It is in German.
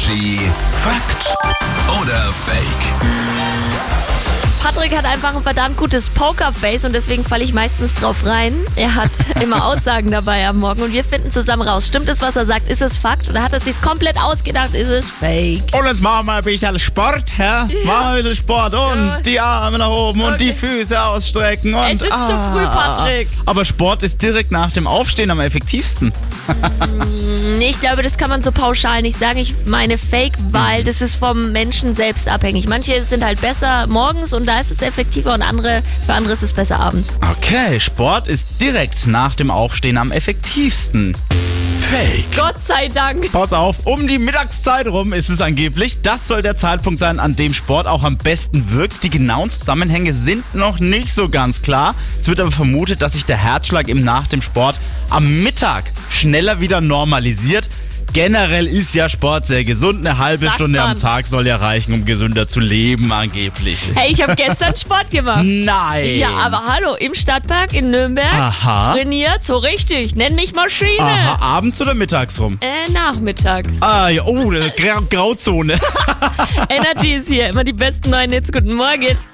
Energy Fakt oder Fake? Patrick hat einfach ein verdammt gutes Pokerface und deswegen falle ich meistens drauf rein. Er hat immer Aussagen dabei am Morgen und wir finden zusammen raus. Stimmt es, was er sagt? Ist es Fakt oder hat er sich's komplett ausgedacht? Ist es Fake? Und jetzt machen wir ein bisschen Sport, ja? Machen wir ein bisschen Sport und die Arme nach oben und die Füße ausstrecken. Und, Es ist zu früh, Patrick. Aber Sport ist direkt nach dem Aufstehen am effektivsten. Ich glaube, das kann man so pauschal nicht sagen. Ich meine Fake, weil das ist vom Menschen selbst abhängig. Manche sind halt besser morgens und da ist es effektiver und für andere ist es besser abends. Okay, Sport ist direkt nach dem Aufstehen am effektivsten. Fake. Gott sei Dank. Pass auf, um die Mittagszeit rum ist es angeblich. Das soll der Zeitpunkt sein, an dem Sport auch am besten wirkt. Die genauen Zusammenhänge sind noch nicht so ganz klar. Es wird aber vermutet, dass sich der Herzschlag eben nach dem Sport am Mittag schneller wieder normalisiert. Generell ist ja Sport sehr gesund. Eine halbe Sagt Stunde man. am Tag soll ja reichen, um gesünder zu leben angeblich. Hey, ich habe gestern Sport gemacht. Nein. Ja, aber hallo, im Stadtpark in Nürnberg Aha. trainiert, so richtig, nenn mich Maschine. Aha, abends oder mittags rum? Nachmittag. Ah, ja, oh, Grauzone. Energy ist hier, immer die besten neuen Hits. Guten Morgen.